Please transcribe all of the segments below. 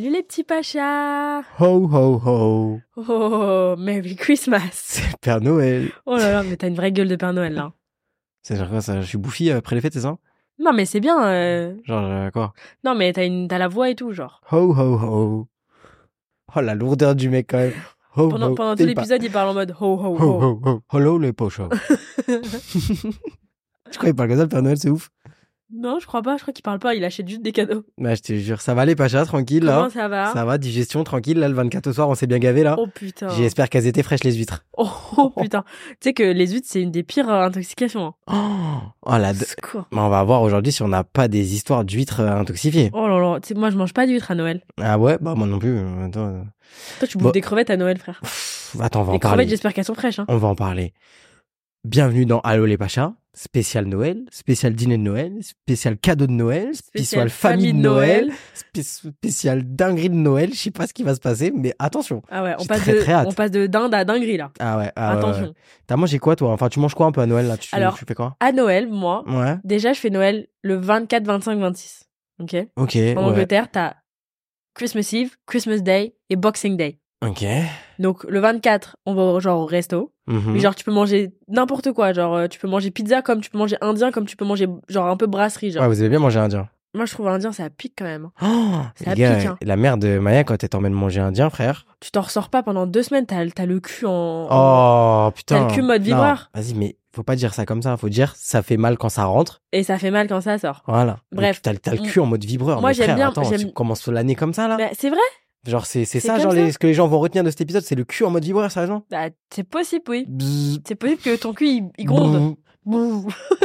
Salut les petits pachas. Ho ho ho. Oh, Merry Christmas. C'est Père Noël. Oh là là, mais t'as une vraie gueule de Père Noël là. C'est genre quoi ça? Je suis bouffi après les fêtes, c'est ça? Non mais c'est bien. Genre quoi? Non mais t'as la voix et tout genre. Ho ho ho. Oh la lourdeur du mec quand même. Ho, Pendant ho. tout T'es l'épisode, il parle en mode ho ho Ho ho. ho ho. Hello les pochos. Je crois qu'il parle comme ça le Père Noël, c'est ouf. Non, je crois pas. Je crois qu'il parle pas. Il achète juste des cadeaux. Bah je te jure, ça va les pachas, tranquille là. Comment ça va? Ça va, digestion tranquille là, le 24 au soir, on s'est bien gavé là. Oh putain. J'espère qu'elles étaient fraîches les huîtres. Oh putain. Tu sais que les huîtres, c'est une des pires intoxications. Oh la Secours. Mais on va voir aujourd'hui si on n'a pas des histoires d'huîtres intoxifiées. Oh là là. Tu sais, moi, je mange pas d'huîtres à Noël. Ah ouais? Bah moi non plus. Attends, Toi, tu bouffes des crevettes à Noël, frère. attends, on va en Les parler. crevettes, j'espère qu'elles sont fraîches. Hein. On va en parler. Bienvenue dans Allô les Pachas, spécial Noël, spécial dîner de Noël, spécial cadeau de Noël, spécial famille de Noël, spécial dinguerie de Noël. Je sais pas ce qui va se passer, mais attention. Ah ouais, J'ai très hâte. on passe de dinde à dinguerie là. Ah ouais. Attention. Ouais. T'as mangé quoi toi? Enfin, tu manges quoi un peu à Noël là? Alors, tu fais quoi? À Noël, moi, Ouais. déjà, je fais Noël le 24, 25, 26. Ok. Ok. En Ouais. Angleterre, t'as Christmas Eve, Christmas Day et Boxing Day. Ok. Donc le 24, on va genre au resto. Mhm. Mais genre tu peux manger n'importe quoi, genre tu peux manger pizza comme tu peux manger indien comme tu peux manger genre un peu brasserie genre. Ouais, vous avez bien mangé indien. Moi je trouve indien ça pique quand même. Oh, Ça les gars, pique, hein. la mère de Maya quand elle t'emmène manger indien, frère. Tu t'en ressors pas pendant 2 semaines, t'as le cul en... Oh putain. T'as le cul mode vibreur. Non, vas-y, mais faut pas dire ça comme ça. Faut dire ça fait mal quand ça rentre. Et ça fait mal quand ça sort. Voilà. Bref. T'as le cul en mode vibreur. Moi, mais j'aime frère, bien- Attends, j'aime- tu commences l'année comme ça là. Mais c'est vrai. Genre c'est ça comme genre ça. ce que les gens vont retenir de cet épisode, c'est le cul en mode vibreur, sérieusement. Bah, c'est possible, oui. Bzzz. C'est possible que ton cul il gronde. Bouh.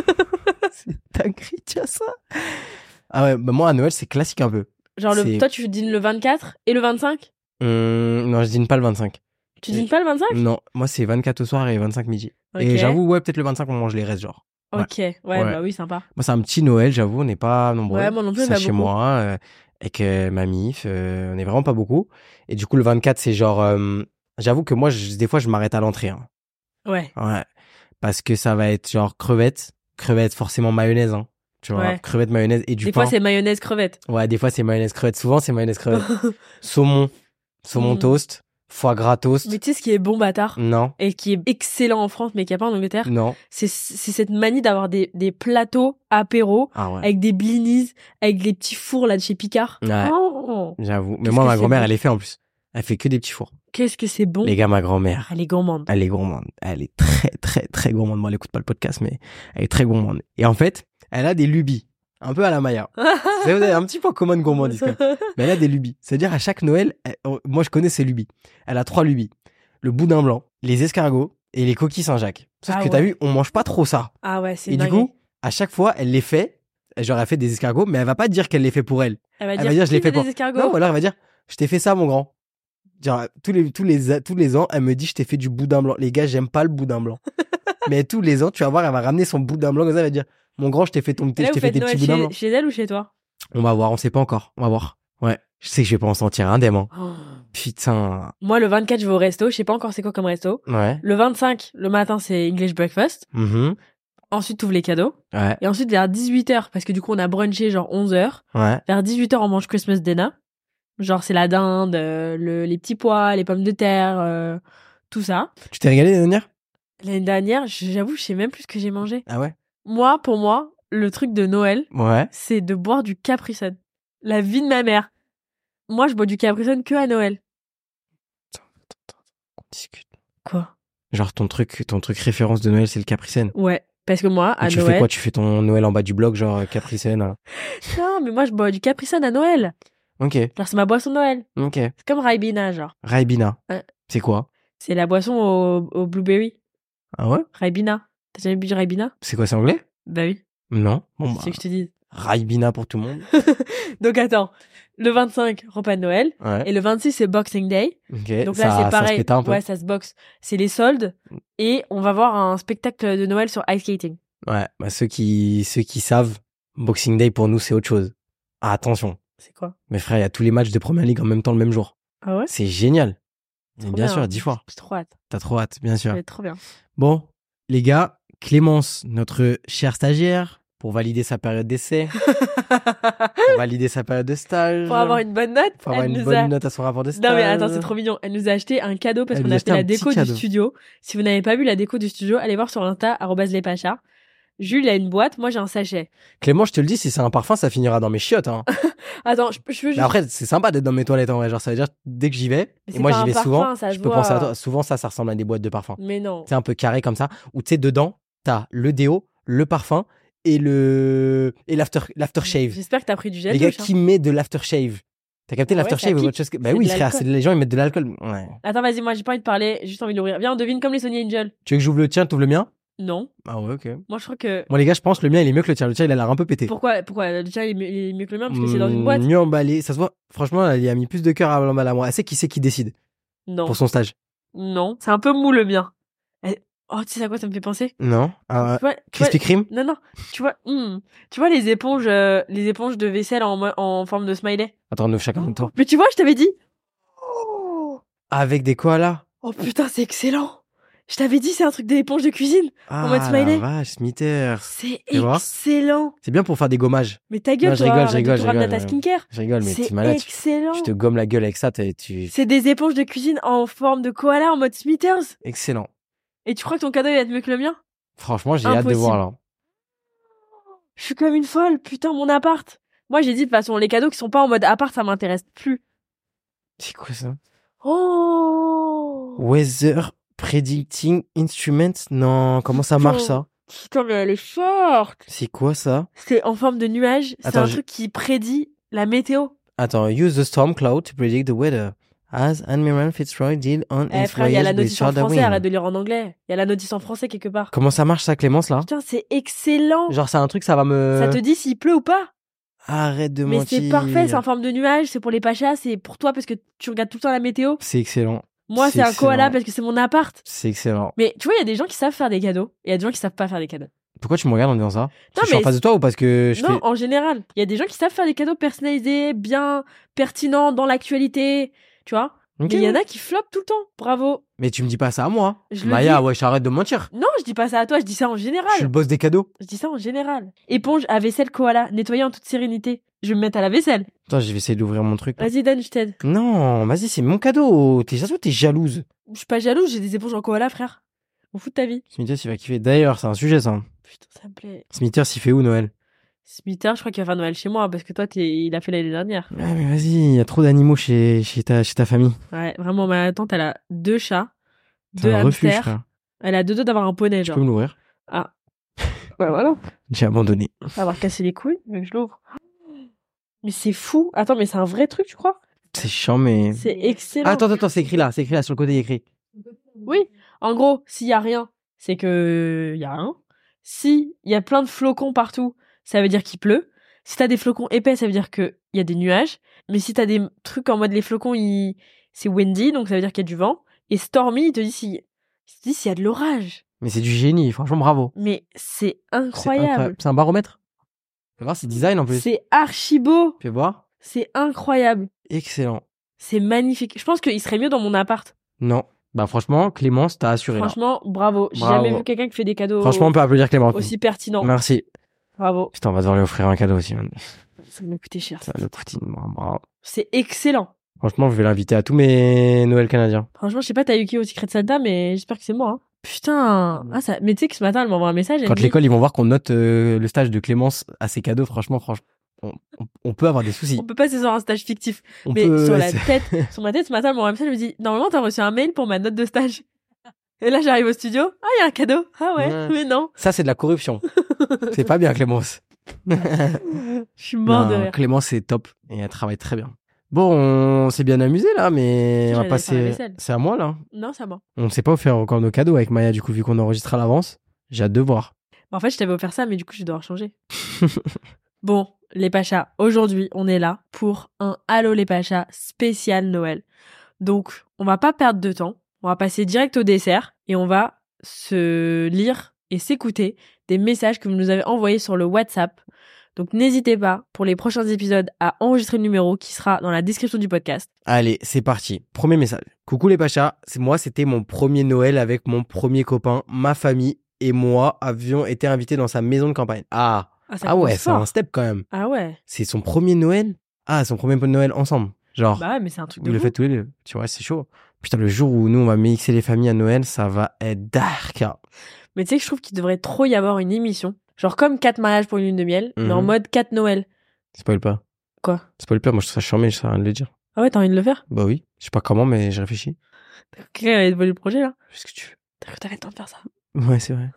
C'est dinguerie, tiens ça. Ah ouais, bah moi à Noël c'est classique un peu. Genre C'est- toi tu dînes le 24 et le 25? Non, je dîne pas le 25. Tu dînes pas le 25? Non, moi c'est 24 au soir et 25 midi. Ok. Et j'avoue, ouais, peut-être le 25 on mange les restes genre. Ok, ouais, bah oui, sympa. Moi c'est un petit Noël, j'avoue, on n'est pas nombreux. Ouais, moi non plus, Ça pas chez beaucoup. moi, avec ma mif, on est vraiment pas beaucoup. Et du coup le 24 c'est genre, j'avoue que moi des fois je m'arrête à l'entrée. Hein. Ouais. Ouais. Parce que ça va être genre crevettes forcément mayonnaise, hein. Tu vois, Ouais. crevettes mayonnaise et du Des pain. fois c'est mayonnaise crevette. Ouais, des fois c'est mayonnaise crevette, souvent c'est mayonnaise crevette. Saumon Mm. toast, foie gras toast. Mais tu sais ce qui est bon bâtard Non, et qui est excellent en France mais qu'il n'y a pas en Angleterre, non. c'est cette manie d'avoir des plateaux apéros Ah ouais. avec des blinis, avec les petits fours là de chez Picard. Ouais. Oh, J'avoue. Mais Qu'est-ce moi que ma c'est grand-mère bon. elle est fait en plus. Elle fait que des petits fours. qu'est-ce que c'est bon. Les gars, ma grand-mère, Elle est gourmande. elle est gourmande. Elle est très très très gourmande. Moi elle écoute pas le podcast mais elle est très gourmande. Et en fait, elle a des lubies. Un peu à la Maya. C'est un petit peu commun de gourmandise quand même. Mais elle a des lubies. C'est-à-dire à chaque Noël, moi je connais ses lubies. Elle a 3 lubies. Le boudin blanc, les escargots et les coquilles Saint-Jacques. Sauf Ah que t'as ouais. vu, on mange pas trop ça. Ah ouais, c'est Et du dingue. coup, à chaque fois, elle les fait. Genre elle fait des escargots, mais elle va pas dire qu'elle les fait pour elle. Elle va Elle va dire je qui les fais fait pour. des escargots. Non, ou alors elle va dire je t'ai fait ça mon grand. Genre tous les ans, elle me dit je t'ai fait du boudin blanc. Les gars, j'aime pas le boudin blanc. Mais tous les ans, tu vas voir, elle va ramener son boudin blanc comme ça, elle va dire mon grand, je t'ai fait Et là, je vous t'ai fait faites des petits Noël boudins blancs. chez elle ou chez toi? On va voir, on sait pas encore. On va voir. Ouais. Je sais que je vais pas en sentir un indemne. Oh. Putain. Moi, le 24, je vais au resto. Je sais pas encore c'est quoi comme resto. Ouais. Le 25, le matin, c'est English breakfast. Mhm. Ensuite, t'ouvres les cadeaux. Ouais. Et ensuite, vers 18h, parce que du coup, on a brunché genre 11h. Ouais. Vers 18h, on mange Christmas dinner. Genre, c'est la dinde, les petits pois, les pommes de terre, tout ça. Tu t'es régalé l'année dernière? L'année dernière, j'avoue, je sais même plus ce que j'ai mangé. Ah ouais? Moi, pour moi, le truc de Noël, Ouais. c'est de boire du Capri Sun. La vie de ma mère. Moi, je bois du Capri Sun que à Noël. On discute. Quoi? Genre ton truc référence de Noël, c'est le Capri-Sun. Ouais. Parce que moi, à Tu fais Noël... quoi? Tu fais ton Noël en bas du blog, genre Capri-Sun. Non, mais moi, je bois du Capri Sun à Noël. Ok. Genre, c'est ma boisson de Noël. Ok. C'est comme Ribena, genre. Ribena. Ouais. C'est quoi? C'est la boisson au blueberry. Ah ouais? Ribena. T'as jamais bu du Ribena? C'est quoi, c'est anglais? Bah oui. Non. Bon bah. C'est ce que je te dis. Ribena pour tout le monde. Donc attends. Le 25, repas de Noël. Ouais. Et le 26, c'est Boxing Day. Ok. Donc ça, là, c'est pareil. Ça se péta un peu. Ouais, ça se boxe. C'est les soldes. Et on va voir un spectacle de Noël sur ice skating. Ouais. Bah, ceux qui savent, Boxing Day pour nous, c'est autre chose. Ah, attention. C'est quoi? Mes frères, il y a tous les matchs de Première Ligue en même temps le même jour. Ah ouais? C'est génial. Mais Trop bien sûr, 10 fois. J'ai trop hâte. T'as trop hâte, bien sûr. Ça va être trop bien. Bon, les gars, Clémence, notre chère stagiaire, pour valider sa période d'essai, pour valider sa période de stage, Pour avoir une bonne note. pour avoir une bonne note à son rapport de stage. Non mais attends, c'est trop mignon. Elle nous a acheté un cadeau parce Elle qu'on nous a a acheté fait la un petit déco du cadeau. studio. Si vous n'avez pas vu la déco du studio, allez voir sur Insta, @lespachas. Jules a une boîte, moi j'ai un sachet. Clément, je te le dis, si c'est un parfum, ça finira dans mes chiottes. Hein. Attends, je veux Mais juste... après, c'est sympa d'être dans mes toilettes en vrai. Genre, ça veut dire dès que j'y vais, Mais et c'est moi pas j'y un vais parfum, souvent, ça je se peux voit. penser à toi. Souvent, ça ressemble à des boîtes de parfums. Mais non. C'est un peu carré comme ça, où tu sais, dedans, t'as le déo, le parfum et l'aftershave. J'espère que t'as pris du gel Les gars, douche, hein. qui met de l'aftershave? T'as capté Ah ouais, l'aftershave ça ou autre pique. chose que... Bah C'est oui, de frère, l'alcool. les gens ils mettent de l'alcool. Ouais. Attends, vas-y, moi j'ai pas envie de parler, j'ai juste envie d'ouvrir. Viens, on devine comme les Sony Angel. Tu veux que j'ouvre le tien, t'ouvres le mien? Non. Ah ouais, ok. Moi je crois que... Bon les gars, je pense que le mien il est mieux que le tien. Le tien il a l'air un peu pété. Pourquoi déjà il est mieux que le mien parce que c'est dans une boîte. Mieux emballé. Ça se voit. Franchement, il a mis plus de cœur à l'emballer à moi. Elle sait qui c'est qui décide Non. pour son stage. Non. C'est un peu mou le mien. Oh, tu sais à quoi ça me fait penser? Non. Tu vois, Krispy Kreme. Non. Tu vois les éponges de vaisselle en forme de smiley. Attends, nous chacun notre tour. Mais tu vois, je t'avais dit. Avec des koalas. Oh putain, c'est excellent. Je t'avais dit, c'est un truc d'éponge de cuisine. Ah mode smiley. la vache, Smithers. C'est Tu vois excellent. C'est bien pour faire des gommages. Mais ta gueule, Non, je toi, rigole, arrête je de rigole, te je ramener à rigole, ta skincare. Je rigole, mais C'est t'es malade. excellent. Je te gomme la gueule avec ça. Tu... C'est des éponges de cuisine en forme de koala en mode Smithers. Excellent. Et tu crois que ton cadeau il va être mieux que le mien? Franchement, j'ai hâte de Impossible. voir là. Je suis comme une folle. Putain, mon appart. Moi, j'ai dit, de toute façon, les cadeaux qui sont pas en mode appart, ça m'intéresse plus. C'est quoi ça? Oh! Weather Predicting Instruments? Non, comment ça marche ça? Putain, mais elle est forte. C'est quoi ça? C'est en forme de nuage. C'est Attends, un truc qui prédit la météo. Attends, use the storm cloud to predict the weather. As Admiral Fitzroy did on Eh his frère, il y a la voyage with notice en français, Darwin. arrête de lire en anglais. Il y a la notice en français quelque part. Comment ça marche ça, Clémence, là? Putain, c'est excellent. Genre, c'est un truc, ça va me... Ça te dit s'il pleut ou pas. Arrête de Mais mentir. c'est parfait, c'est en forme de nuage, c'est pour les pachas, c'est pour toi parce que tu regardes tout le temps la météo. C'est excellent. Moi, c'est un excellent. koala parce que c'est mon appart. C'est excellent. Mais tu vois, il y a des gens qui savent faire des cadeaux et il y a des gens qui savent pas faire des cadeaux. Pourquoi tu me regardes en disant ça? Parce que je suis mais en face de toi ou parce que je non, fais... en général, il y a des gens qui savent faire des cadeaux personnalisés, bien pertinents dans l'actualité, tu vois. Ok. Mais il y en a qui flopent tout le temps. Bravo. Mais tu me dis pas ça à moi. Je le Maya, dis. ouais, j'arrête de me mentir. Non, je dis pas ça à toi, je dis ça en général. Je suis le boss des cadeaux. Je dis ça en général. Éponge à vaisselle koala, nettoyer en toute sérénité. Je vais me mettre à la vaisselle. Attends, je vais essayer d'ouvrir mon truc. Vas-y, donne, je t'aide. Non, vas-y, c'est mon cadeau. T'es jalouse. Je suis pas jalouse, j'ai des éponges en koala, frère. On fout de ta vie. Smithers, il va kiffer. D'ailleurs, c'est un sujet, ça. Putain, ça me plaît. Smithers, il fait où, Noël? Smithers, je crois qu'il va faire Noël chez moi parce que toi, il a fait l'année dernière. Ouais, mais vas-y, il y a trop d'animaux chez ta famille. Ouais, vraiment, ma tante, elle a 2 chats, C'est 2 un refuge, hamsters. frère. Elle a 2 dos d'avoir un poney, Tu genre. peux me l'ouvrir? Ah. Ouais, voilà. J'ai abandonné. On va avoir cassé les couilles, mais que je l'ouvre. Mais c'est fou. Attends, mais c'est un vrai truc, tu crois? C'est chiant, mais... C'est excellent. Attends, c'est écrit là, sur le côté, il y a écrit. Oui. En gros, s'il y a rien, c'est que y a rien. Si il y a plein de flocons partout, ça veut dire qu'il pleut. Si t'as des flocons épais, ça veut dire qu'il y a des nuages. Mais si t'as des trucs en mode les flocons, c'est windy, donc ça veut dire qu'il y a du vent. Et stormy, il te dit s'il y a de l'orage. Mais c'est du génie, franchement, bravo. Mais c'est C'est incroyable. C'est un baromètre. Tu vas voir, c'est design en plus. C'est archi beau. Tu vas voir? C'est incroyable. Excellent. C'est magnifique. Je pense qu'il serait mieux dans mon appart. Non. Bah franchement, Clémence, t'as assuré là. Franchement, bravo. J'ai Bravo. jamais vu quelqu'un qui fait des cadeaux Franchement, on peut applaudir Clémence. aussi pertinents. Merci. Bravo. Putain, on va devoir lui offrir un cadeau aussi. Man. Ça m'a coûté cher. Ça va le coûter une bravo. C'est excellent. Franchement, je vais l'inviter à tous mes Noëls canadiens. Franchement, je sais pas, t'as eu qui au Secret Santa, mais j'espère que c'est moi. Hein. Putain. Ah, ça... Mais tu sais que ce matin, elle m'envoie un message. Elle Quand me dit, l'école, ils vont voir qu'on note le stage de Clémence à ses cadeaux, franchement, on peut avoir des soucis. on peut passer sur un stage fictif. On mais peut- sur c'est- sur ma tête, ce matin, elle m'envoie un message. Elle me dit, normalement, t'as reçu un mail pour ma note de stage. Et là, j'arrive au studio. Ah, il y a un cadeau. Ah ouais, Ouais. mais non. Ça, c'est de la corruption. C'est pas bien, Clémence. Je suis mort de Non, rire. Clémence, c'est top. Et elle travaille très bien. Bon, on s'est bien amusé là, mais on va J'allais faire la passer. vaisselle. C'est à moi là. Non, c'est à moi. On ne sait pas offrir encore nos cadeaux avec Maya, du coup, vu qu'on enregistre à l'avance. J'ai hâte de voir. En fait, je t'avais offert ça, mais du coup, je vais devoir changer. Bon, les Pachas, aujourd'hui, on est là pour un Allô les Pachas spécial Noël. Donc, on va pas perdre de temps. On va passer direct au dessert et on va se lire et s'écouter des messages que vous nous avez envoyés sur le WhatsApp. Donc, n'hésitez pas, pour les prochains épisodes, à enregistrer le numéro qui sera dans la description du podcast. Allez, c'est parti. Premier message. Coucou les Pachas. C'était mon premier Noël avec mon premier copain. Ma famille et moi avions été invités dans sa maison de campagne. Ah, ça Ah ouais, commence c'est un fort. step quand même. Ah ouais. C'est son premier Noël. Ah, son premier Noël ensemble. Genre, Bah ouais, mais c'est un truc de ils le fou. font tous les deux. Tu vois, c'est chaud. Putain, le jour où nous, on va mixer les familles à Noël, ça va être dark. Hein. Mais tu sais que je trouve qu'il devrait trop y avoir une émission. Genre comme 4 mariages pour une lune de miel, mais en Mhm. mode 4 Noël. Spoil pas. Quoi? Spoil pas, moi je trouve ça charmé, je sais rien de le dire. Ah ouais, t'as envie de le faire? Bah oui, je sais pas comment, mais je réfléchis. Quelqu'un a volé le projet là? Qu'est-ce que tu veux? T'as cru que t'avais le temps de faire ça? Ouais, c'est vrai.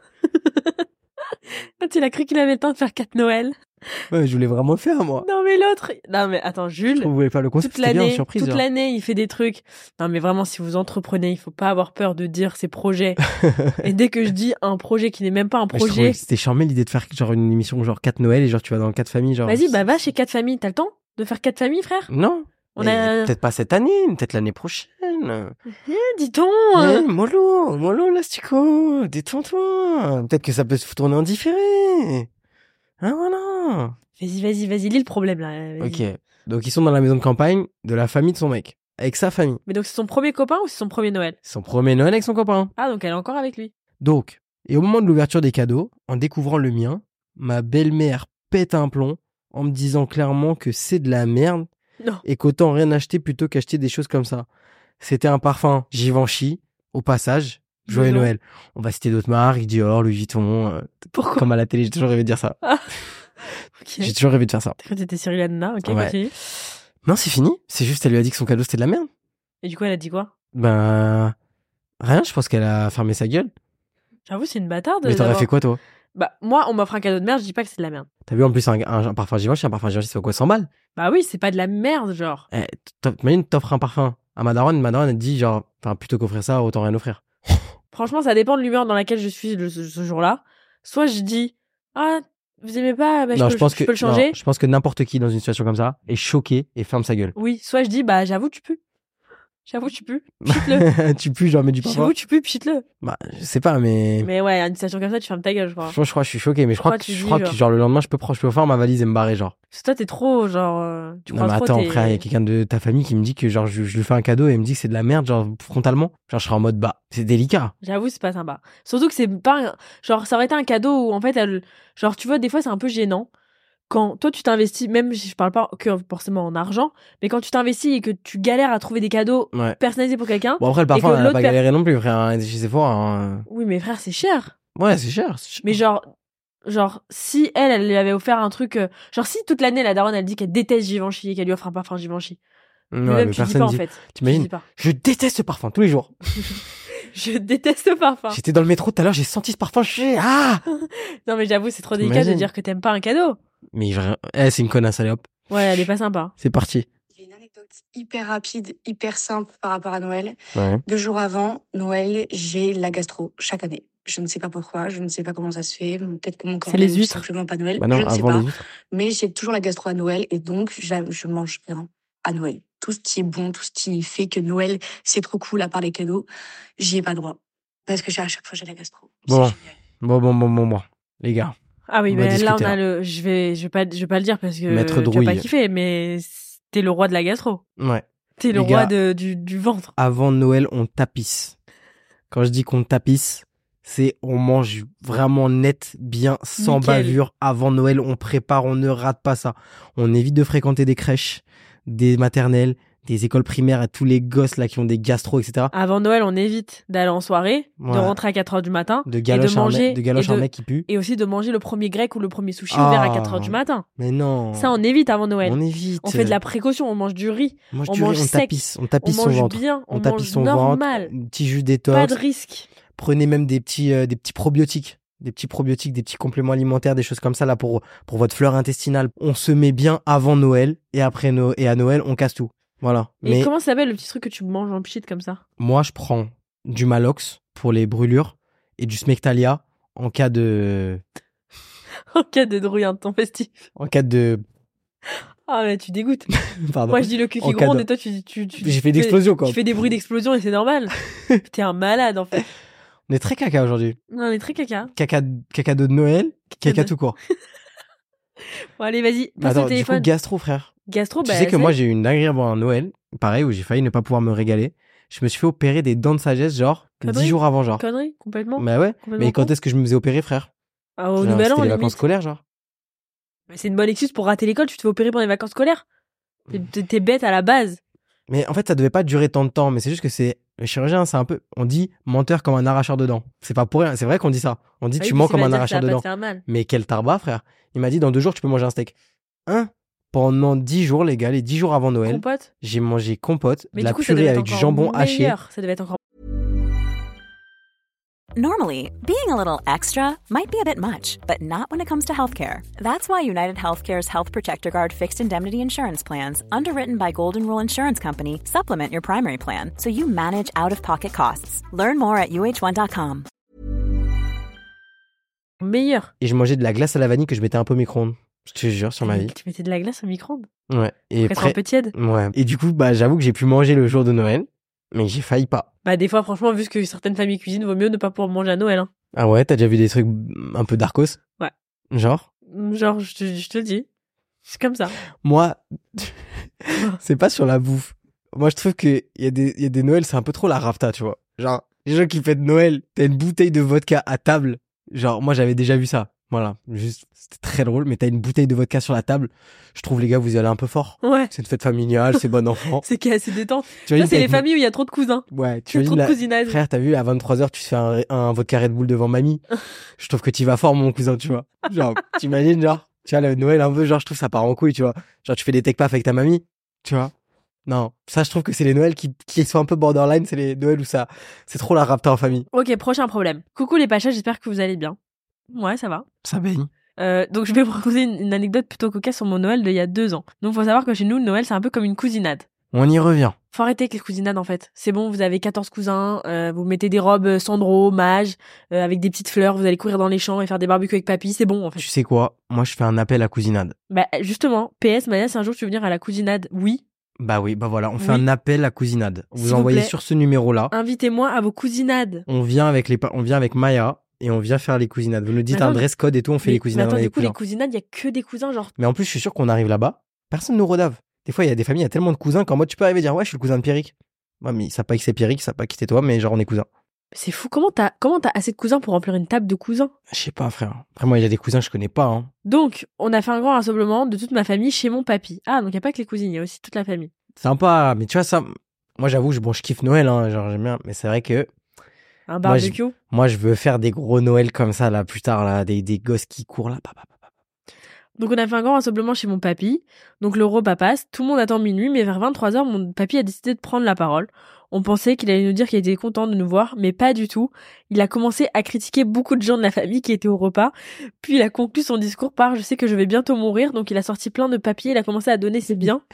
Ah, tu l'as cru qu'il avait le temps de faire 4 Noël? Ouais, je voulais vraiment le faire, moi. Non mais l'autre... Non mais attends, Je Jules... trouve que vous voulez faire le concept, Toute c'était bien, l'année, surprise. toute genre. l'année, il fait des trucs. Non, mais vraiment, si vous entreprenez, il faut pas avoir peur de dire ses projets. Et dès que je dis un projet qui n'est même pas un Mais je trouvais projet, que c'était charmé l'idée de faire genre une émission genre 4 Noël et genre tu vas dans 4 familles, genre. vas-y, bah va chez 4 familles. T'as le temps de faire 4 familles, frère? Non. On Mais a... Peut-être pas cette année, peut-être l'année prochaine. Dis-donc. Mollo, l'astico, détends-toi. Peut-être que ça peut se tourner en différé. Ah voilà. Vas-y, lis le problème là. Vas-y. Ok. Donc ils sont dans la maison de campagne de la famille de son mec, avec sa famille. Mais donc c'est son premier copain ou c'est son premier Noël? Son premier Noël avec son copain. Ah, donc elle est encore avec lui. Donc, et au moment de l'ouverture des cadeaux, en découvrant le mien, ma belle-mère pète un plomb en me disant clairement que c'est de la merde Non. et qu'autant rien acheter plutôt qu'acheter des choses comme ça. C'était un parfum Givenchy, au passage. Joyeux Non. Noël. On va citer d'autres marques, Dior, Louis Vuitton. Pourquoi? Comme à la télé, j'ai toujours rêvé de dire ça. Ok. J'ai toujours rêvé de faire ça. T'as cru que t'étais Cyril Hanouna, ok, Ouais. continue. Non, c'est fini. C'est juste, elle lui a dit que son cadeau c'était de la merde. Et du coup, elle a dit quoi? Ben, rien, je pense qu'elle a fermé sa gueule. J'avoue, c'est une bâtarde. Mais t'aurais d'avoir- fait quoi, toi? Bah, moi, on m'offre un cadeau de merde, je dis pas que c'est de la merde. T'as vu en plus un parfum Givenchy, c'est quoi, 100 balles? Bah oui, c'est pas de la merde, genre. Eh, t'imagines, t'offres un parfum à ma daronne elle te dit genre, enfin, plutôt qu'offrir ça, autant rien offrir. Franchement, ça dépend de l'humeur dans laquelle je suis ce jour-là. Soit je dis, ah, vous aimez pas, bah, Non, je peux le changer. non, je pense que n'importe qui dans une situation comme ça est choqué et ferme sa gueule. Oui, soit je dis, bah, j'avoue, tu pues. Pchite-le. Tu pues, genre, mets du parfum. J'avoue, tu pues, pchite-le. Bah, je sais pas, mais. Mais ouais, une situation comme ça, tu fermes ta gueule, je crois. Franchement, je crois que je suis choqué, mais je crois Pourquoi que, tu je dis, crois que genre genre le lendemain, je peux faire ma valise et me barrer, genre. Parce que toi, t'es trop, genre, tu Non, crois mais trop, attends, t'es- frère, il y a quelqu'un de ta famille qui me dit que genre je lui fais un cadeau et il me dit que c'est de la merde, genre frontalement. Genre, je serais en mode bah, c'est délicat. J'avoue, c'est pas sympa. Surtout que c'est pas, genre, ça aurait été un cadeau où, en fait, genre, tu vois, des fois, c'est un peu gênant. Quand toi, tu t'investis, même si je parle pas que forcément en argent, mais quand tu t'investis et que tu galères à trouver des cadeaux Ouais. personnalisés pour quelqu'un, Bon, après, le Et que parfum, elle a l'autre pas galéré non plus, frère. Hein, chez Sephora. Hein. oui, mais frère, c'est cher. Ouais, c'est cher. C'est cher. Mais genre, si elle lui avait offert un truc, genre si toute l'année la daronne elle dit qu'elle déteste Givenchy et qu'elle lui offre un parfum Givenchy, Ouais, lui-même mais tu dis personne pas en dit. fait. T'imagines Tu dis pas. Je déteste ce parfum tous les jours. Je déteste le parfum. J'étais dans le métro tout à l'heure, j'ai senti ce parfum. Ah Non mais j'avoue c'est trop délicat de T'imagines dire que t'aimes pas un cadeau. Mais c'est une connasse, allez hop. Ouais, elle est pas sympa. C'est parti. J'ai une anecdote hyper rapide, hyper simple par rapport à Noël. Ouais. 2 jours avant Noël, j'ai la gastro chaque année. Je ne sais pas pourquoi, je ne sais pas comment ça se fait. Peut-être que mon corps C'est les n'aime huîtres. simplement pas Noël. Bah non, je ne sais avant pas. les huîtres. Mais j'ai toujours la gastro à Noël et donc je mange rien à Noël. Tout ce qui est bon, tout ce qui fait que Noël, c'est trop cool à part les cadeaux, j'y ai pas droit. Parce que à chaque fois, j'ai la gastro. Bon. C'est génial. Bon. Les gars. Ah oui, On va mais là discuter, on a là. le, je vais pas le dire parce que Maître tu vas Drouille. pas kiffer, mais t'es le roi de la gastro. Ouais. T'es le Les roi gars. du ventre. Avant Noël, on tapisse. Quand je dis qu'on tapisse, c'est on mange vraiment net, bien, sans Nickel. bavure. Avant Noël, on prépare, on ne rate pas ça. On évite de fréquenter des crèches, des maternelles, des écoles primaires à tous les gosses là qui ont des gastro, etc. Avant Noël, on évite d'aller en soirée, de Ouais. rentrer à 4h du matin, De galoche, manger- de galoche et de- un mec qui pue. et aussi de manger le premier grec ou le premier sushi Ah. ouvert à 4h du matin. Mais non. Ça, on évite avant Noël. On évite. On fait de la précaution, on mange du riz, on mange on du riz, mange on sec, tapisse. On on tapisse son mange ventre. bien, on tapisse mange son normal. ventre. Un petit jus Pas détox. de risque. Prenez même des petits probiotiques. Des petits probiotiques, des petits compléments alimentaires, des choses comme ça là pour votre flore intestinale. On se met bien avant Noël et après et à Noël, on casse tout. Voilà. Et Mais comment ça s'appelle le petit truc que tu manges en pchit comme ça? moi, je prends du Malox pour les brûlures et du Smectalia en cas de En cas de drouille intempestif. Ah, mais tu dégoûtes. pardon. Moi, je dis le cul En qui cas gronde de- et toi, tu J'ai fait d'explosion quoi. Tu fais des bruits d'explosion et c'est normal. T'es un malade, en fait. On est très caca aujourd'hui. Non, on est très caca. Caca de Noël, caca de- tout court. Bon, allez, vas-y. Mais Passe attends, le du téléphone. coup, gastro frère. Gastro, Tu bah, sais que c'est- moi j'ai eu une dinguerie avant un Noël, pareil où j'ai failli ne pas pouvoir me régaler. Je me suis fait opérer des dents de sagesse genre Connerie. 10 jours avant genre. Connerie, complètement. Mais ouais. Complètement Mais quand con. est-ce que je me faisais opérer frère? Ah, au Genre, nouvel an, c'était les limite. vacances scolaires genre. Mais c'est une bonne excuse pour rater l'école, tu te fais opérer pendant les vacances scolaires. T'es bête à la base. Mais en fait, ça devait pas durer tant de temps, mais c'est juste que le chirurgien, c'est un peu, on dit menteur comme un arracheur de dents. C'est pas pour rien, c'est vrai qu'on dit ça. On dit tu mens comme un arracheur de dents. Mais quel tarbat, frère. Il m'a dit dans 2 jours, tu peux manger un steak. Pendant 10 jours, les gars, les 10 jours avant Noël. Compote. J'ai mangé compote, de la purée avec du jambon haché. Ça devait être encore. Normally, being a little extra might be a bit much, but not when it comes to healthcare. That's why United Healthcare's Health Protector Guard fixed indemnity insurance plans, underwritten by Golden Rule Insurance Company, supplement your primary plan so you manage out-of-pocket costs. Learn more at uh1.com. Meilleur. Et je mangeais de la glace à la vanille que je mettais un peu au micro-ondes. Je te jure, sur ma vie. Tu mettais de la glace au micro-ondes? Ouais. Et après, un peu tiède. Ouais. Et du coup, j'avoue que j'ai pu manger le jour de Noël, mais j'ai failli pas. Des fois, franchement, vu que certaines familles cuisinent, vaut mieux ne pas pouvoir manger à Noël. Hein. Ah ouais, t'as déjà vu des trucs un peu darkos? Ouais. Genre, je te le dis. C'est comme ça. Moi, c'est pas sur la bouffe. Moi, je trouve que il y a des Noëls, c'est un peu trop la rafta, tu vois. Genre, les gens qui fêtent Noël, t'as une bouteille de vodka à table. Genre, moi, j'avais déjà vu ça. Voilà. Juste, c'était très drôle, mais t'as une bouteille de vodka sur la table. Je trouve, les gars, vous y allez un peu fort. Ouais. C'est une fête familiale, c'est bon enfant. C'est qui est assez détente. Ça, c'est les familles où il y a trop de cousins. Ouais, tu vois. Trop de cousinage. Frère, t'as vu, à 23h, tu te fais un vodka Red Bull devant mamie. Je trouve que t'y vas fort, mon cousin, tu vois. Genre, t'imagines, genre, tu vois, le Noël, un peu, genre, je trouve ça part en couille, tu vois. Genre, tu fais des tech paf avec ta mamie, tu vois. Non, ça, je trouve que c'est les Noëls qui sont un peu borderline, c'est les Noëls où ça, c'est trop la rapta en famille. Ok, prochain problème. Coucou les Pachas, j'espère que vous allez bien. Ouais, ça va. Ça baigne. Donc je vais vous raconter une anecdote plutôt cocasse sur mon Noël d'il y a 2 ans. Donc faut savoir que chez nous, le Noël, c'est un peu comme une cousinade. On y revient. Faut arrêter avec les cousinades en fait. C'est bon, vous avez 14 cousins, vous mettez des robes Sandro, mage, avec des petites fleurs, vous allez courir dans les champs et faire des barbecues avec papy, c'est bon en fait. Tu sais quoi? Moi, je fais un appel à cousinade. Justement, PS, Maya, si un jour tu veux venir à la cousinade, oui. Oui, voilà, on fait un appel à cousinade. Vous envoyez sur ce numéro-là. Invitez-moi à vos cousinades. On vient avec Maya. Et on vient faire les cousinades. Vous nous dites un dress code et tout, on fait les cousinades. Mais attends, du coup, les cousinades, il y a que des cousins, genre. Mais en plus, je suis sûr qu'on arrive là-bas, personne nous redave. Des fois, il y a des familles, il y a tellement de cousins qu'en mode, tu peux arriver et dire, ouais, je suis le cousin de Pierrick. Ouais, mais ils savent pas que c'est Pierrick, ils savent pas qui t'es toi, mais genre, on est cousins. C'est fou. Comment t'as assez de cousins pour remplir une table de cousins? Je sais pas, frère. Après, moi, il y a des cousins, je connais pas, hein. Donc, on a fait un grand rassemblement de toute ma famille chez mon papy. Ah, donc il y a pas que les cousines, il y a aussi toute la famille. Sympa, mais tu vois, ça, moi, j'avoue, je kiffe Noël, hein, genre, j'aime bien, mais c'est vrai que, un barbecue. Moi, je veux faire des gros Noëls comme ça, là, plus tard, là, des gosses qui courent, là. Donc, on a fait un grand rassemblement chez mon papy. Donc, le repas passe. Tout le monde attend minuit, mais vers 23h, mon papy a décidé de prendre la parole. On pensait qu'il allait nous dire qu'il était content de nous voir, mais pas du tout. Il a commencé à critiquer beaucoup de gens de la famille qui étaient au repas. Puis, il a conclu son discours par « Je sais que je vais bientôt mourir ». Donc, il a sorti plein de papiers. Il a commencé à donner ses biens.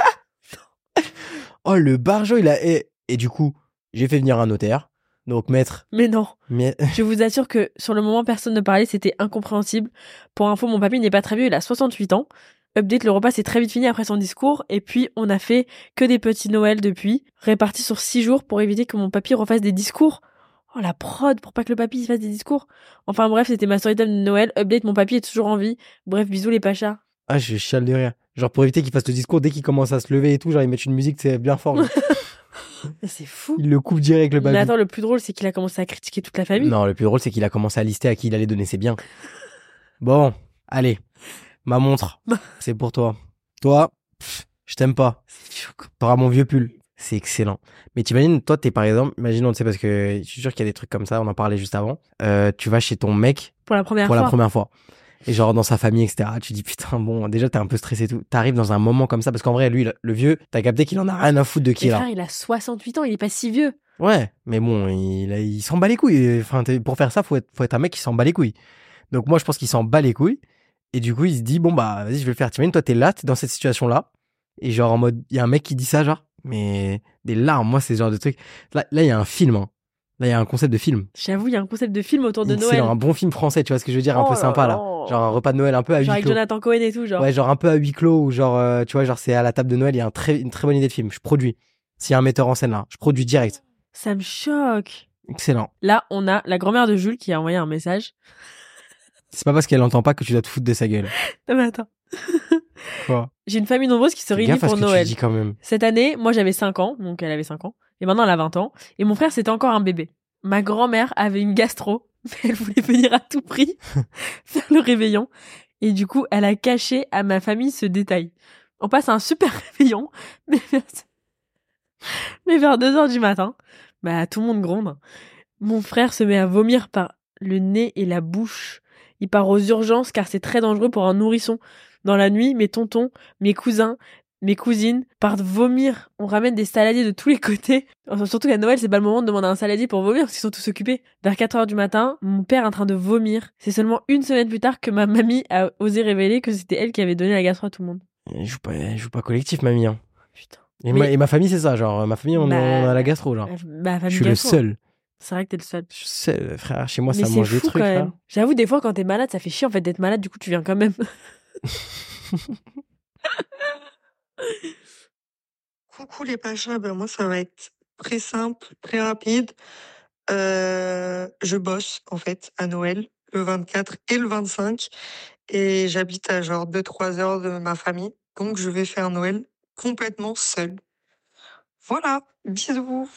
Oh, le barjo, et du coup, j'ai fait venir un notaire. Donc, maître. Mais non. Je vous assure que sur le moment, personne ne parlait, c'était incompréhensible. Pour info, mon papy n'est pas très vieux, il a 68 ans. Update, le repas s'est très vite fini après son discours. Et puis, on a fait que des petits Noëls depuis, répartis sur 6 jours pour éviter que mon papy refasse des discours. Oh, la prod, pour pas que le papy fasse des discours. Enfin bref, c'était ma story time de Noël. Update, mon papy est toujours en vie. Bref, bisous les Pachas. Ah, je chiale de rire. Genre, pour éviter qu'il fasse le discours, dès qu'il commence à se lever et tout, genre, ils mettent une musique, c'est bien fort. C'est fou. Il le coupe direct, le papy. Mais attends, le plus drôle, c'est qu'il a commencé à critiquer toute la famille. Non, le plus drôle, c'est qu'il a commencé à lister à qui il allait donner ses biens. Bon, allez. Ma montre. C'est pour toi. Toi, je t'aime pas. T'auras mon vieux pull. C'est excellent. Mais t'imagines, toi, t'es par exemple, imaginons, tu sais, parce que je suis sûr qu'il y a des trucs comme ça, on en parlait juste avant. Tu vas chez ton mec. Pour la première fois. Et genre dans sa famille, etc. Tu dis putain, bon, déjà t'es un peu stressé et tout. T'arrives dans un moment comme ça, parce qu'en vrai, lui, le vieux, t'as capté qu'il en a rien à foutre de qui est là. Frère, il a 68 ans, il est pas si vieux. Ouais, mais bon, il s'en bat les couilles. Enfin, pour faire ça, faut être un mec qui s'en bat les couilles. Donc moi, je pense qu'il s'en bat les couilles. Et du coup, il se dit, bon bah, vas-y, je vais le faire. T'imagines, toi, t'es là, t'es dans cette situation-là. Et genre en mode, il y a un mec qui dit ça, genre, mais des larmes, moi, c'est ce genre de truc. Là, il y a un film, hein. Là, il y a un concept de film. J'avoue, il y a un concept de film autour de Noël. C'est un bon film français, tu vois ce que je veux dire, un peu sympa, là. Genre un repas de Noël un peu à huis clos. Genre avec Jonathan Cohen et tout, genre. Ouais, genre un peu à huis clos, ou genre, tu vois, genre c'est à la table de Noël, il y a une très bonne idée de film. Je produis. S'il y a un metteur en scène là, je produis direct. Ça me choque. Excellent. Là, on a la grand-mère de Jules qui a envoyé un message. C'est pas parce qu'elle entend pas que tu dois te foutre de sa gueule. Non mais attends. Quoi? J'ai une famille nombreuse qui se réunit pour Noël. Tu dis quand même. Cette année, moi j'avais 5 ans, donc elle avait 5 ans. Et maintenant elle a 20 ans. Et mon frère c'était encore un bébé. Ma grand-mère avait une gastro, mais elle voulait venir à tout prix faire le réveillon. Et du coup, elle a caché à ma famille ce détail. On passe un super réveillon, mais vers 2h du matin, tout le monde gronde. Mon frère se met à vomir par le nez et la bouche. Il part aux urgences car c'est très dangereux pour un nourrisson. Dans la nuit, mes tontons, mes cousins, mes cousines partent vomir. On ramène des saladiers de tous les côtés. Surtout qu'à Noël, c'est pas le moment de demander un saladier pour vomir parce qu'ils sont tous occupés. Vers 4h du matin, mon père est en train de vomir. C'est seulement une semaine plus tard que ma mamie a osé révéler que c'était elle qui avait donné la gastro à tout le monde. Elle joue pas collectif, mamie. Hein. Putain. Et ma famille, c'est ça. Genre, ma famille, on a la gastro, genre. Je suis le seul. C'est vrai que t'es le seul. Je suis seul, frère. Chez moi, mais ça mange des trucs, frère. J'avoue, des fois, quand t'es malade, ça fait chier, en fait, d'être malade. Du coup, tu viens quand même. Coucou les pachas, moi ça va être très simple, très rapide. Je bosse en fait à Noël, le 24 et le 25, et j'habite à genre 2-3 heures de ma famille, donc je vais faire Noël complètement seule. Voilà, bisous.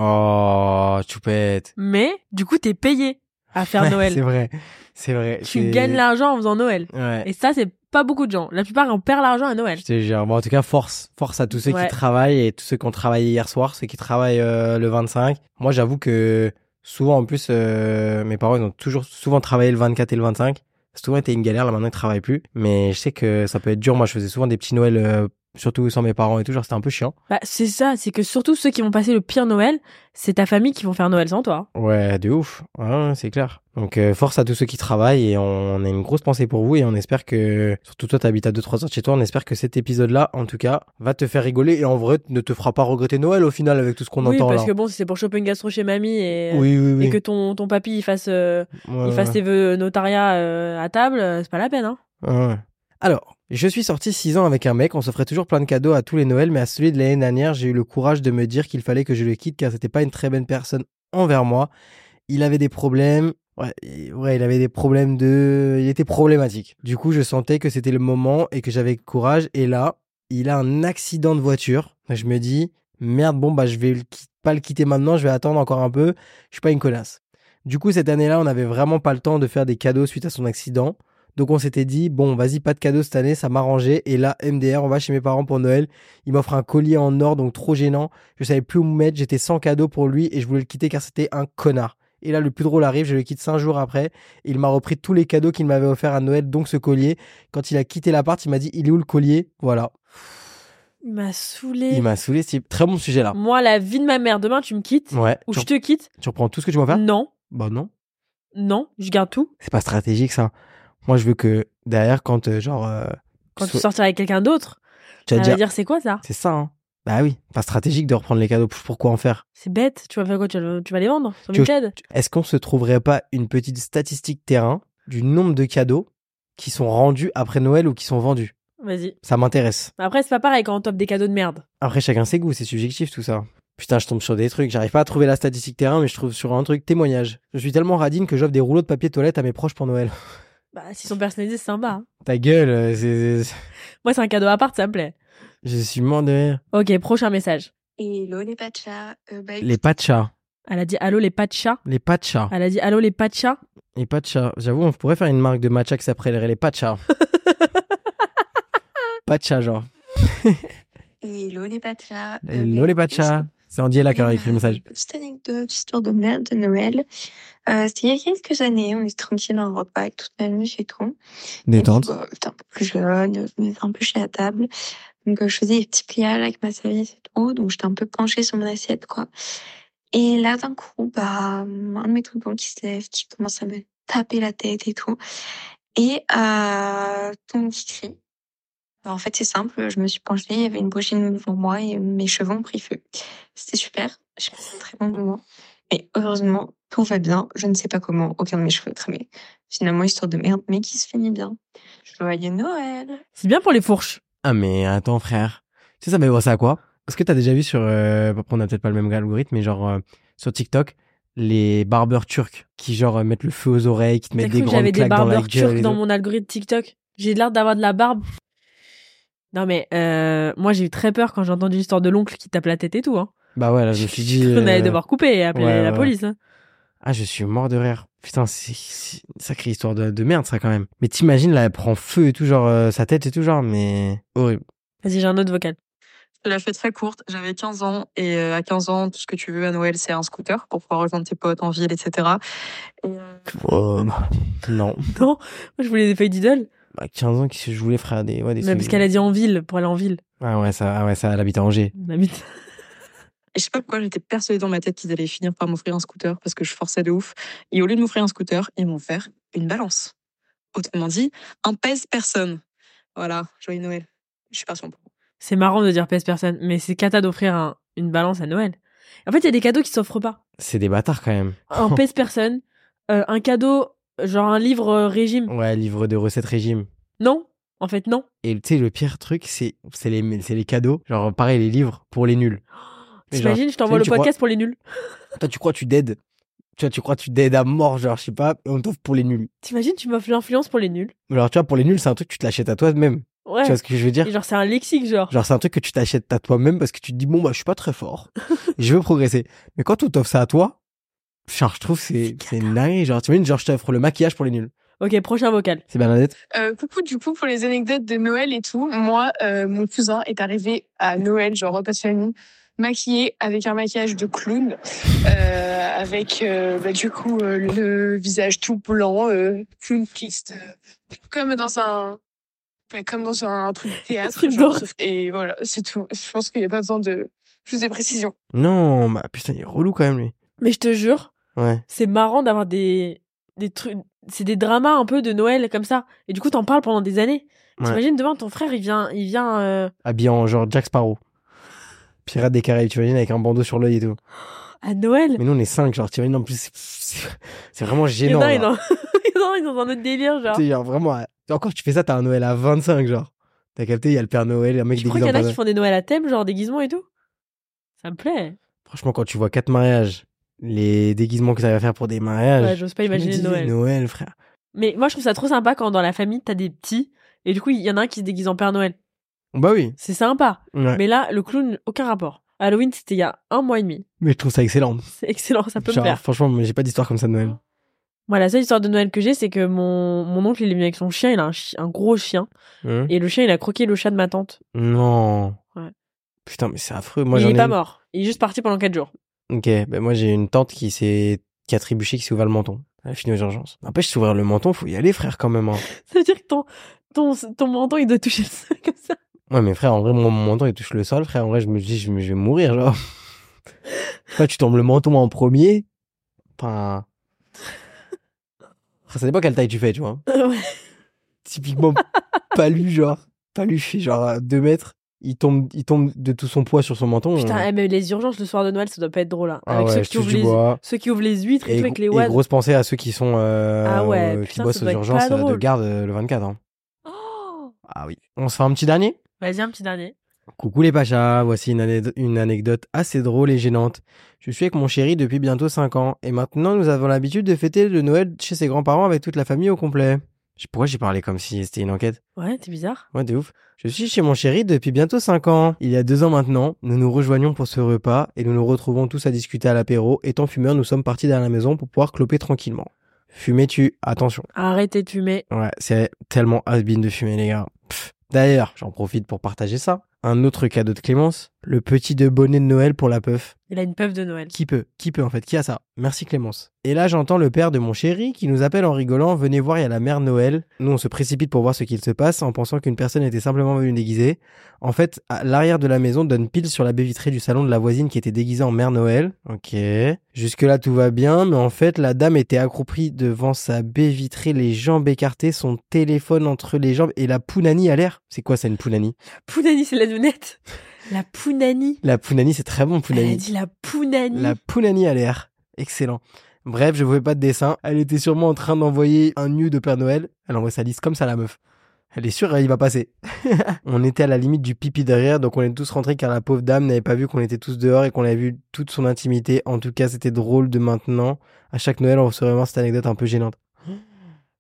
Oh, choupette. Mais du coup, t'es payé à faire Noël. C'est vrai. Tu gagnes l'argent en faisant Noël. Ouais. Et ça, c'est pas beaucoup de gens. La plupart, on perd l'argent à Noël. Je te jure. Bon, en tout cas, force à tous ceux qui travaillent et tous ceux qui ont travaillé hier soir, ceux qui travaillent le 25. Moi, j'avoue que souvent, en plus, mes parents, ils ont toujours souvent travaillé le 24 et le 25. Ça a souvent été une galère. Là, maintenant, ils travaillent plus. Mais je sais que ça peut être dur. Moi, je faisais souvent des petits Noëls, surtout sans mes parents et tout. Genre, c'était un peu chiant. C'est ça. C'est que surtout ceux qui vont passer le pire Noël, c'est ta famille qui vont faire Noël sans toi. Ouais, de ouf. Ouais, c'est clair. Donc, force à tous ceux qui travaillent et on a une grosse pensée pour vous et on espère que, surtout toi, t'habites à 2-3 heures de chez toi, on espère que cet épisode-là, en tout cas, va te faire rigoler et en vrai, ne te fera pas regretter Noël au final avec tout ce qu'on entend là. Oui, parce que bon, si c'est pour choper une gastro chez mamie et que ton papy, il fasse tes vœux notariat à table, c'est pas la peine, hein. Ouais. Alors, je suis sorti 6 ans avec un mec, on s'offrait toujours plein de cadeaux à tous les Noëls, mais à celui de l'année dernière, j'ai eu le courage de me dire qu'il fallait que je le quitte car c'était pas une très bonne personne envers moi. Il avait des problèmes. Ouais, il avait des problèmes il était problématique. Du coup, je sentais que c'était le moment et que j'avais courage. Et là, il a un accident de voiture. Je me dis, merde, je vais pas le quitter maintenant, je vais attendre encore un peu. Je suis pas une connasse. Du coup, cette année-là, on n'avait vraiment pas le temps de faire des cadeaux suite à son accident. Donc, on s'était dit, bon, vas-y, pas de cadeaux cette année, ça m'arrangeait. Et là, MDR, on va chez mes parents pour Noël. Il m'offre un collier en or, donc trop gênant. Je savais plus où me mettre, j'étais sans cadeau pour lui et je voulais le quitter car c'était un connard. Et là, le plus drôle arrive, je le quitte 5 jours après. Il m'a repris tous les cadeaux qu'il m'avait offerts à Noël, donc ce collier. Quand il a quitté l'appart, il m'a dit, il est où le collier? Voilà. Il m'a saoulé, c'est très bon sujet là. Moi, la vie de ma mère, demain tu me quittes. Ouais. Ou je te quitte. Tu reprends tout ce que tu m'as fait? Non. Bah non. Non, je garde tout. C'est pas stratégique ça. Moi, je veux que derrière, quand tu sortiras avec quelqu'un d'autre, tu vas dire c'est quoi ça? C'est ça, hein. Bah oui, pas stratégique de reprendre les cadeaux. Pourquoi en faire? C'est bête. Tu vas faire quoi? Tu vas les vendre sur Vinted? Est-ce qu'on se trouverait pas une petite statistique terrain du nombre de cadeaux qui sont rendus après Noël ou qui sont vendus? Vas-y. Ça m'intéresse. Après, c'est pas pareil quand on top des cadeaux de merde. Après, chacun ses goûts, c'est subjectif tout ça. Putain, je tombe sur des trucs. J'arrive pas à trouver la statistique terrain, mais je trouve sur un truc témoignage. Je suis tellement radine que j'offre des rouleaux de papier toilette à mes proches pour Noël. S'ils sont personnalisés, c'est sympa. Hein. Ta gueule, Moi, c'est un cadeau à part, ça me plaît. Je suis mort de rire. Ok, prochain message. Hello les pachas. Les pachas. Elle a dit allô les pachas. Les pachas. Elle a dit allô les pachas. Les pachas. J'avoue, on pourrait faire une marque de matcha qui s'appellerait les pachas. Pachas, genre. Hello les pachas. Hello les pachas. C'est Andiela qui a écrit le message. Petite anecdote, histoire de merde de Noël. C'était il y a quelques années, on était tranquille dans le repas avec toute ma famille et tout. Détente. J'étais un peu plus jeune, je me mettais un peu chez la table. Donc je faisais des petits pliages avec ma serviette et tout, donc j'étais un peu penchée sur mon assiette, quoi. Et là, d'un coup, un de mes tontons qui se lève, qui commence à me taper la tête et tout. Et ton petit cri. En fait, c'est simple, je me suis penchée, il y avait une bougie devant moi et mes cheveux ont pris feu. C'était super, j'ai passé un très bon moment. Mais heureusement, tout va bien, je ne sais pas comment, aucun de mes cheveux cramés. Finalement, histoire de merde, mais qui se finit bien. Joyeux Noël! C'est bien pour les fourches. Ah mais attends frère, tu sais ça me fait penser à quoi? Est-ce que t'as déjà vu sur, on a peut-être pas le même algorithme, mais genre sur TikTok, les barbeurs turcs qui genre mettent le feu aux oreilles, qui te mettent des grandes claques dans la gueule. J'avais des barbeurs turcs dans mon algorithme TikTok. J'ai l'air d'avoir de la barbe. Non mais moi j'ai eu très peur quand j'ai entendu l'histoire de l'oncle qui tape la tête et tout. Hein. Bah ouais là je me suis dit. On allait devoir couper et appeler la police. Hein. Ah, je suis mort de rire. Putain, c'est une sacrée histoire de merde, ça, quand même. Mais t'imagines, là, elle prend feu et tout, genre, sa tête et tout, genre, mais horrible. Vas-y, j'ai un autre vocal. Je la fais très courte. J'avais 15 ans et à 15 ans, tout ce que tu veux à Noël, c'est un scooter pour pouvoir rejoindre tes potes en ville, etc. Et, Oh, non. Non, moi, je voulais des feuilles d'idole. À 15 ans, qu'est-ce que je voulais, frère? Des Mais parce trucs- qu'elle a dit en ville, pour aller en ville. Ah ouais, ça, elle habite à Angers. On habite. Et je sais pas pourquoi j'étais persuadée dans ma tête qu'ils allaient finir par m'offrir un scooter parce que je forçais de ouf. Et au lieu de m'offrir un scooter, ils m'ont offert une balance. Autrement dit, un pèse-personne. Voilà, joyeux Noël. Je suis partie en pro. C'est marrant de dire pèse personne, mais c'est cata d'offrir une balance à Noël. En fait, il y a des cadeaux qui s'offrent pas. C'est des bâtards, quand même. Un pèse personne, un cadeau, genre un livre régime. Ouais, livre de recettes régime. Non, en fait, non. Et tu sais, le pire truc, c'est les cadeaux. Genre, pareil, les livres pour les nuls. Mais genre, T'imagines, je t'envoie le tu crois- podcast pour les nuls. Toi, tu crois, tu dead. Tu crois, tu dead à mort, genre, je sais pas, et on t'offre pour les nuls. T'imagines, tu m'offres l'influence pour les nuls. Alors, tu vois, pour les nuls, c'est un truc que tu te l'achètes à toi-même. Ouais. Tu vois ce que je veux dire? Et genre, c'est un lexique, genre. Genre, c'est un truc que tu t'achètes à toi-même parce que tu te dis, bon, bah, je suis pas très fort. Je veux progresser. Mais quand on t'offre ça à toi, genre, je trouve que c'est une dinguerie. Genre, tu imagines, genre, je t'offre le maquillage pour les nuls. Ok, prochain vocal. C'est Bernadette? Coucou, du coup, pour les anecdotes de Noël et tout, moi, mon cousin est arrivé à Noël, genre repas de famille, maquillé avec un maquillage de clown, avec du coup le visage tout blanc, clown triste, comme dans un truc de théâtre. J'adore. Et voilà, c'est tout. Je pense qu'il n'y a pas besoin de plus de précisions. Non, bah, putain, il est relou quand même, lui. Mais je te jure, Ouais. c'est marrant d'avoir des trucs. C'est des dramas un peu de Noël comme ça. Et du coup, t'en parles pendant des années. Ouais. T'imagines, demain, ton frère, il vient Habillé en genre Jack Sparrow. Pirate des Caraïbes, tu imagines, avec un bandeau sur l'œil et tout. à Noël. Mais nous, on est 5, genre, tu imagines, en plus, c'est vraiment Il y en gênant. a, il est genre. dans un autre délire, genre. Tu sais, genre, vraiment, encore, tu fais ça, t'as un Noël à 25, genre. T'as capté, il y a le Père Noël, un mec Je crois déguisé qu'il y en en a Père qui font des Noëls à thème, genre déguisement et tout. Ça me plaît. Franchement, quand tu vois 4 mariages, les déguisements que ça va faire pour des mariages. Ouais, j'ose pas je me imaginer dis, Noël. Noël, frère. Mais moi, je trouve ça trop sympa quand dans la famille, t'as des petits. Et du coup, il y en a un qui se déguise en Père Noël. Bah oui. C'est sympa. Ouais. Mais là, le clown, aucun rapport. Halloween, c'était il y a 1 mois et demi. Mais je trouve ça excellent. C'est excellent, ça peut me Genre, plaire. franchement, moi, j'ai pas d'histoire comme ça de Noël. Moi, la seule histoire de Noël que j'ai, c'est que mon oncle, il est venu avec son chien. Il a un gros chien. Hein Et le chien, il a croqué le chat de ma tante. Non. Ouais. Putain, mais c'est affreux. Moi, il j'en est ai pas une. mort. Il est juste parti pendant 4 jours. Ok, ben moi j'ai une tante qui a trébuché, qui s'est ouvert le menton. Elle a fini aux urgences. N'empêche, s'ouvrir le menton, faut y aller, frère, quand même. Hein. Ça veut dire que ton menton, il doit toucher le sol comme ça. Ouais, mais frère, en vrai, mon menton, il touche le sol, frère. En vrai, je me dis, je vais mourir, genre. Toi, tu tombes le menton en premier. Enfin. Ça dépend quelle taille tu fais, tu vois. Ouais. Typiquement, Palu, genre. Palu fait genre 2 mètres. Il tombe de tout son poids sur son menton. Putain, mais les urgences le soir de Noël, ça doit pas être drôle. Hein. Ah Avec ouais, ceux, je qui touche ouvrent du bois. ceux qui ouvrent les huîtres et, tout avec les Et wads. grosse pensée à ceux qui sont Ah ouais, qui putain, bossent ça aux doit être urgences pas de drôle. garde le 24. Hein. Oh, Ah oui. On se fait un petit dernier? vas-y, un petit dernier. Coucou les Pachas, voici une anecdote assez drôle et gênante. Je suis avec mon chéri depuis bientôt 5 ans et maintenant nous avons l'habitude de fêter le Noël chez ses grands-parents avec toute la famille au complet. Pourquoi j'ai parlé comme si c'était une enquête? Ouais, t'es bizarre. Ouais, de ouf. Je suis chez mon chéri depuis bientôt 5 ans. Il y a 2 ans maintenant, nous nous rejoignons pour ce repas et nous nous retrouvons tous à discuter à l'apéro. Étant fumeurs, nous sommes partis derrière la maison pour pouvoir cloper tranquillement. Fumer tue, attention. Arrêtez de fumer. Ouais, c'est tellement has-been de fumer, les gars. D'ailleurs, j'en profite pour partager ça. Un autre cadeau de Clémence, le petit de bonnet de Noël pour la peuf. Il a une puff de Noël. Qui peut en fait? Qui a ça? Merci Clémence. Et là, j'entends le père de mon chéri qui nous appelle en rigolant, venez voir, il y a la mère Noël. Nous, on se précipite pour voir ce qu'il se passe en pensant qu'une personne était simplement venue déguisée. En fait, à l'arrière de la maison donne pile sur la baie vitrée du salon de la voisine qui était déguisée en mère Noël. Ok. Jusque-là, tout va bien, mais en fait, la dame était accroupie devant sa baie vitrée, les jambes écartées, son téléphone entre les jambes et la pounani à l'air. C'est quoi ça, une pounani? Pounani, c'est la lunette. La pounani. La pounani, c'est très bon, Elle a pounani. dit la pounani. La pounani à l'air. Excellent. Bref, je ne pas de dessin. Elle était sûrement en train d'envoyer un nu de Père Noël. Elle envoie sa liste comme ça, la meuf. Elle est sûre, il va passer. On était à la limite du pipi derrière, donc on est tous rentrés car la pauvre dame n'avait pas vu qu'on était tous dehors et qu'on avait vu toute son intimité. En tout cas, c'était drôle de maintenant. À chaque Noël, on se remémore cette anecdote un peu gênante.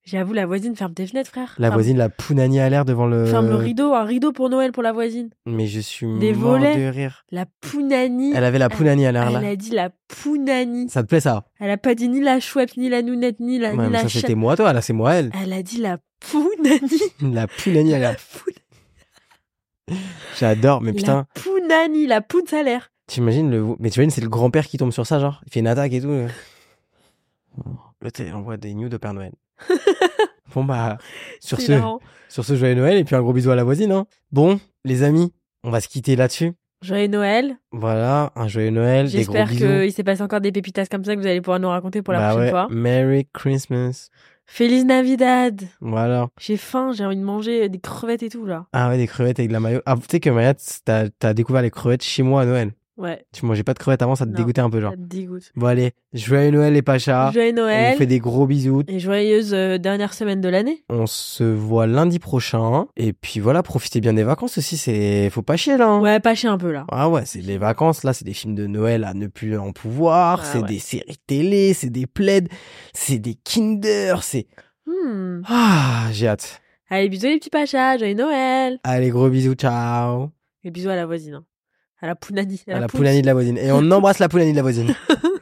J'avoue, la voisine, ferme tes fenêtres, frère. La voisine, la pounani à l'air devant le... Ferme le rideau, un rideau pour Noël pour la voisine. Mais je suis Des mort volets. de rire. La pounani. Elle avait la pounani à l'air, là. Elle a dit la pounani. Ça te plaît, ça? Elle a pas dit ni la chouette, ni la nounette, ni Ouais, ni mais la ça, c'était moi, toi. Là, c'est moi, elle. Elle a dit la pounani. La pounani à l'air. J'adore, mais putain. La pounani, la poune salaire. T'imagines mais t'imagines, c'est le grand-père qui tombe sur ça, genre. Il fait une attaque et tout. Là, on voit des news de Père Noël. Bon, bah, sur ce joyeux Noël, et puis un gros bisou à la voisine, hein. Bon, les amis, on va se quitter là-dessus. Joyeux Noël. Voilà, un joyeux Noël, des gros J'espère bisous. qu'il s'est passé encore des pépitas comme ça que vous allez pouvoir nous raconter pour la prochaine fois. Merry Christmas. Feliz Navidad. Voilà. J'ai faim, j'ai envie de manger des crevettes et tout, là. Ah ouais, des crevettes avec de la mayo. Ah, tu sais que Maya, t'as découvert les crevettes chez moi à Noël. Ouais. Tu mangeais pas de crevettes avant, ça te Non, dégoûtait un peu, genre. Ça te dégoûte. Bon, allez, joyeux Noël, les Pachas. Joyeux On Noël. vous fait des gros bisous. Et joyeuse dernière semaine de l'année. On se voit lundi prochain. Et puis voilà, profitez bien des vacances aussi. Faut pas chier, là. Hein. Ouais, pas chier un peu, là. Ah ouais, c'est les vacances, là. C'est des films de Noël à ne plus en pouvoir. Ah c'est ouais. des séries télé. C'est des plaids. C'est des Kinder. Ah, j'ai hâte. Allez, bisous les petits pachas. Joyeux Noël. Allez, gros bisous. Ciao. Et bisous à la voisine. Hein. À la pounani. À la pounani de la voisine. Et on embrasse la pounani de la voisine.